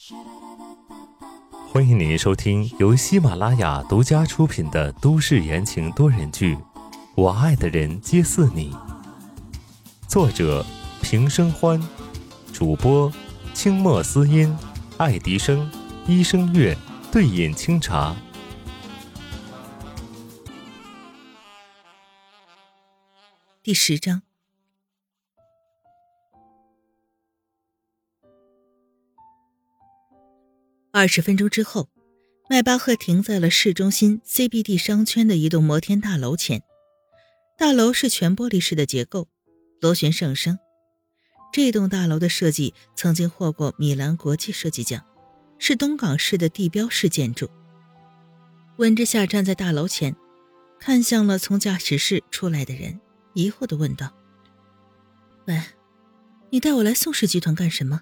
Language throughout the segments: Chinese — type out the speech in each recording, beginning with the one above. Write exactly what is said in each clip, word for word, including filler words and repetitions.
欢迎您收听由喜马拉雅独家出品的都市言情多人剧《我爱的人皆似你》，作者平生欢，主播清墨思音、爱迪生、医生月、对饮清茶。 第十章。二十分钟之后，迈巴赫停在了市中心 C B D 商圈的一栋摩天大楼前。大楼是全玻璃式的结构，螺旋上升。这栋大楼的设计曾经获过米兰国际设计奖，是东港市的地标式建筑。温之夏站在大楼前，看向了从驾驶室出来的人，疑惑地问道：喂，你带我来宋氏集团干什么？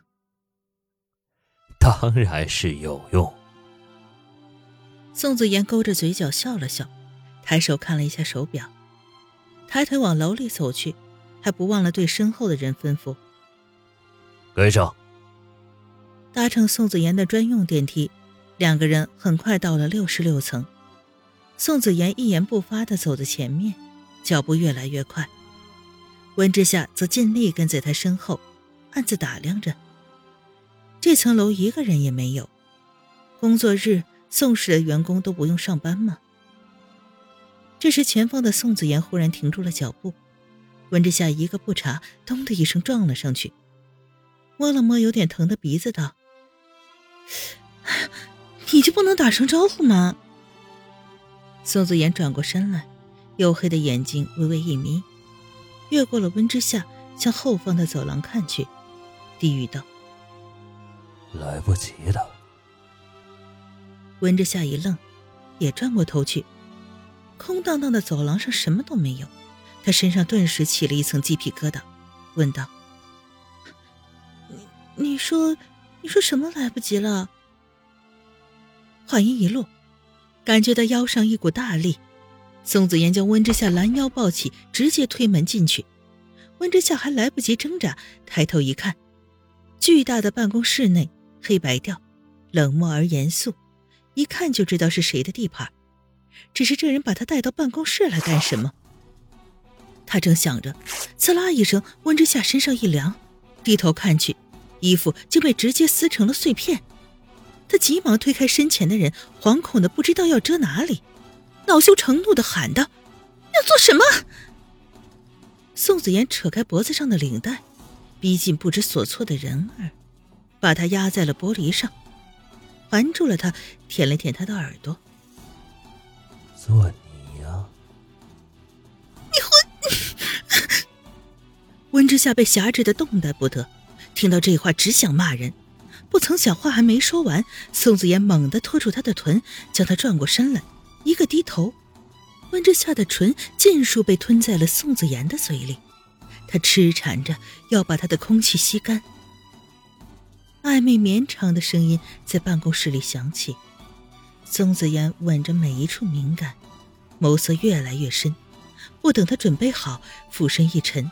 当然是有用。 宋子妍勾着嘴角笑了笑，抬手看了一下手表，抬腿往楼里走去，还不忘了对身后的人吩咐： 跟上。 搭乘宋子妍的专用电梯，两个人很快到了六十六层。宋子妍一言不发地走在前面，脚步越来越快。温之夏则尽力跟在他身后，暗自打量着。这层楼一个人也没有，工作日宋氏的员工都不用上班吗？这时前方的宋子妍忽然停住了脚步，温之夏一个不察，咚的一声撞了上去，摸了摸有点疼的鼻子道：你就不能打声招呼吗？宋子妍转过身来，黝黑的眼睛微微一眯，越过了温之夏，向后方的走廊看去，低语道： 来不及了。 温之夏一愣，也转过头去，空荡荡的走廊上什么都没有，他身上顿时起了一层鸡皮疙瘩，问道：你你说你说什么来不及了？话音一落，感觉到腰上一股大力，宋子妍将温之夏拦腰抱起，直接推门进去。温之夏还来不及挣扎，抬头一看，巨大的办公室内黑白调，冷漠而严肃，一看就知道是谁的地盘。只是这人把他带到办公室来干什么？他正想着，刺啦一声，温之夏身上一凉，低头看去，衣服竟被直接撕成了碎片。他急忙推开身前的人，惶恐的不知道要遮哪里，恼羞成怒的喊道：要做什么？宋子妍扯开脖子上的领带，逼近不知所措的人儿，把他压在了玻璃上，环住了他，舔了舔他的耳朵。 做你呀！ 你混！温之夏被挟制的动弹不得，听到这话只想骂人，不曾想话还没说完，宋子妍猛地拖住他的臀，将他转过身来，一个低头，温之夏的唇尽数被吞在了宋子妍的嘴里，他痴缠着要把他的空气吸干。暧昧绵长的声音在办公室里响起，宋子妍吻着每一处敏感，眸色越来越深，不等他准备好，俯身一沉，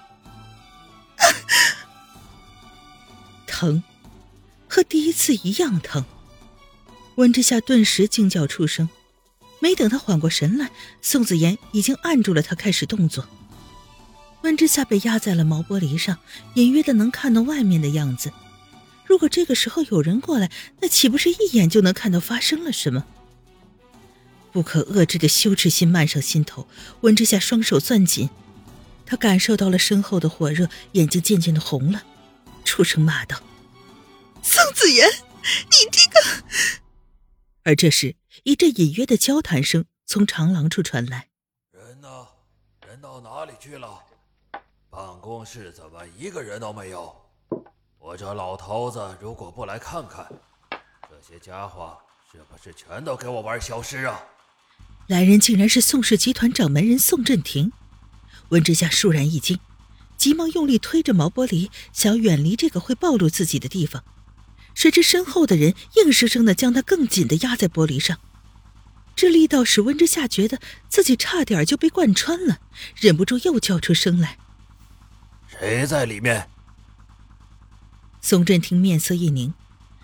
疼，和第一次一样疼。温之夏顿时惊叫出声，没等他缓过神来，宋子妍已经按住了他，开始动作。温之夏被压在了毛玻璃上，隐约的能看到外面的样子。如果这个时候有人过来，那岂不是一眼就能看到发生了什么？不可遏制的羞耻心漫上心头，温之夏双手攥紧，他感受到了身后的火热，眼睛渐渐的红了，出声骂道：宋子妍，你这个……而这时一阵隐约的交谈声从长廊处传来： 人呢？人到哪里去了？办公室怎么一个人都没有？我这老头子如果不来看看，这些家伙是不是全都给我玩消失啊？ 来人竟然是宋氏集团掌门人宋振廷。温之夏倏然一惊，急忙用力推着毛玻璃，想要远离这个会暴露自己的地方。谁知身后的人硬生生地将他更紧地压在玻璃上，这力道使温之夏觉得自己差点就被贯穿了，忍不住又叫出声来： 谁在里面？ 宋振廷面色一凝，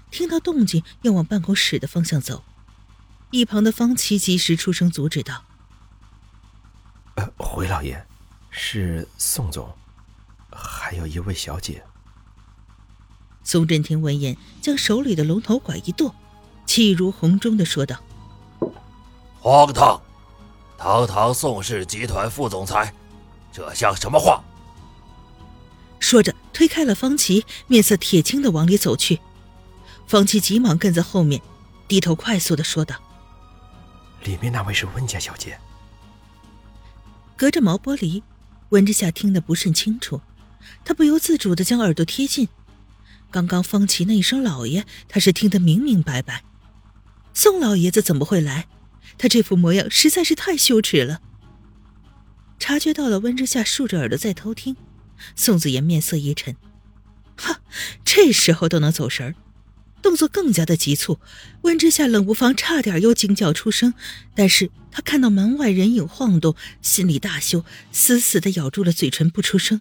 听到动静要往办公室的方向走。一旁的方琦及时出声阻止道： 呃，回老爷，是宋总，还有一位小姐。 宋振庭闻言，将手里的龙头拐一剁，气如虹钟地说道： 荒唐！堂堂宋氏集团副总裁，这像什么话？ 说着推开了方琦，面色铁青地往里走去。方琦急忙跟在后面，低头快速地说道： 里面那位是温家小姐。 隔着毛玻璃，温之夏听得不甚清楚，他不由自主地将耳朵贴近。刚刚方琦那一声老爷，他是听得明明白白。宋老爷子怎么会来？他这副模样实在是太羞耻了。察觉到了温之夏竖着耳朵在偷听，宋子妍面色一沉，哈，这时候都能走神儿，动作更加的急促。温之夏冷不防差点又惊叫出声，但是他看到门外人影晃动，心里大羞，死死地咬住了嘴唇不出声。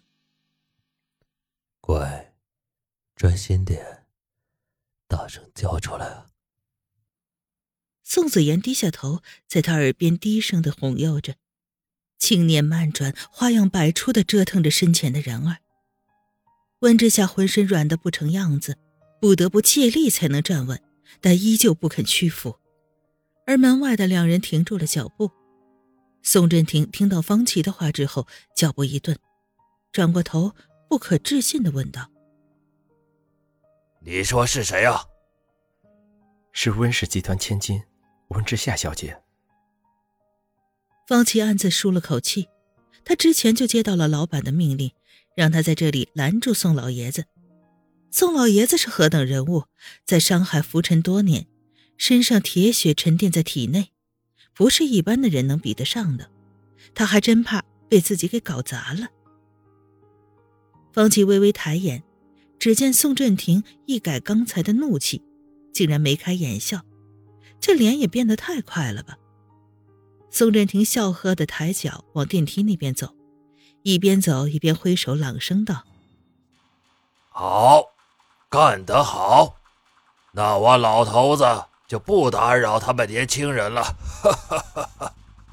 乖，专心点，大声叫出来啊！ 宋子妍低下头，在他耳边低声地哄诱着，轻念慢转，花样百出地折腾着身前的人儿。温之夏浑身软得不成样子，不得不借力才能站稳，但依旧不肯屈服。而门外的两人停住了脚步。宋振庭听到方琦的话之后，脚步一顿，转过头，不可置信地问道： 你说是谁啊？ 是温氏集团千金温之夏小姐。 方琦暗自舒了口气，他之前就接到了老板的命令，让他在这里拦住宋老爷子。宋老爷子是何等人物，在商海浮沉多年，身上铁血沉淀在体内，不是一般的人能比得上的。他还真怕被自己给搞砸了。方琦微微抬眼，只见宋振庭一改刚才的怒气，竟然眉开眼笑，这脸也变得太快了吧。宋振庭笑呵地抬脚往电梯那边走，一边走一边挥手朗声道： 好，干得好，那我老头子就不打扰他们年轻人了。哈哈哈哈。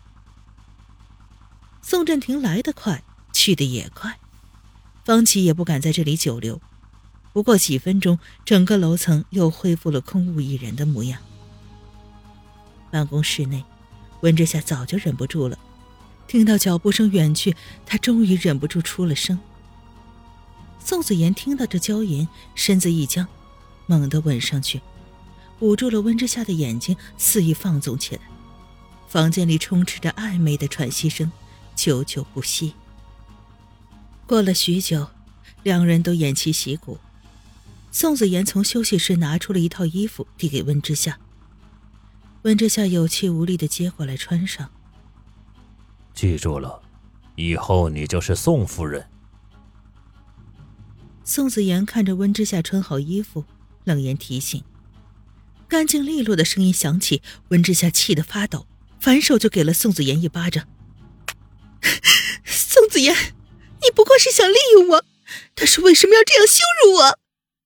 宋振庭来得快，去得也快，方琦也不敢在这里久留。不过几分钟，整个楼层又恢复了空无一人的模样。办公室内，温之夏早就忍不住了，听到脚步声远去，他终于忍不住出了声。宋子妍听到这娇吟，身子一僵，猛地吻上去，捂住了温之夏的眼睛，肆意放纵起来。房间里充斥着暧昧的喘息声，久久不息。过了许久，两人都偃旗息鼓。宋子妍从休息室拿出了一套衣服，递给温之夏。温之夏有气无力地接过来穿上。 记住了，以后你就是宋夫人。 宋子妍看着温之夏穿好衣服，冷言提醒。干净利落的声音响起，温之夏气得发抖，反手就给了宋子妍一巴掌。宋子妍，你不过是想利用我，但是为什么要这样羞辱我？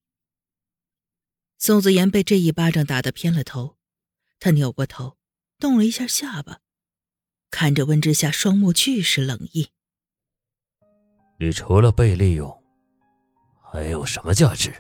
宋子妍被这一巴掌打得偏了头，她扭过头，动了一下下巴，看着温之夏，双目俱是冷意。 你除了被利用，还有什么价值？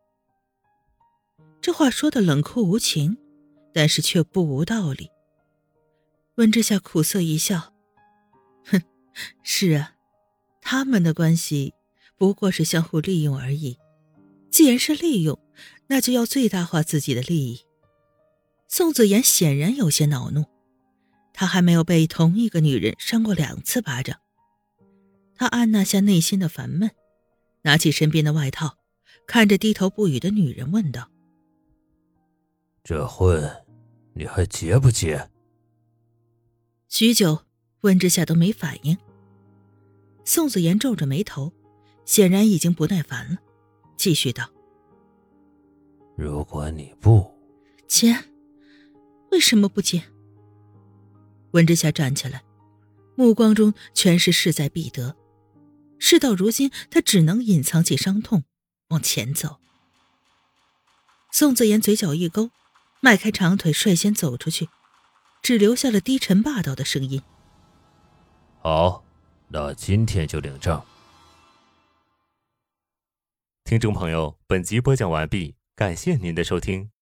这话说得冷酷无情，但是却不无道理。温之夏苦涩一笑，哼，是啊，他们的关系不过是相互利用而已。既然是利用，那就要最大化自己的利益。宋子妍显然有些恼怒，她还没有被同一个女人扇过两次巴掌。她按捺下内心的烦闷，拿起身边的外套，看着低头不语的女人问道： 这婚你还结不结？ 许久，温之夏都没反应。宋子妍皱着眉头，显然已经不耐烦了，继续道： 如果你不结，为什么不结？温之夏站起来，目光中全是势在必得。事到如今，他只能隐藏起伤痛，往前走。 宋子言嘴角一勾，迈开长腿率先走出去，只留下了低沉霸道的声音： 好，那今天就领证。 听众朋友，本集播讲完毕，感谢您的收听。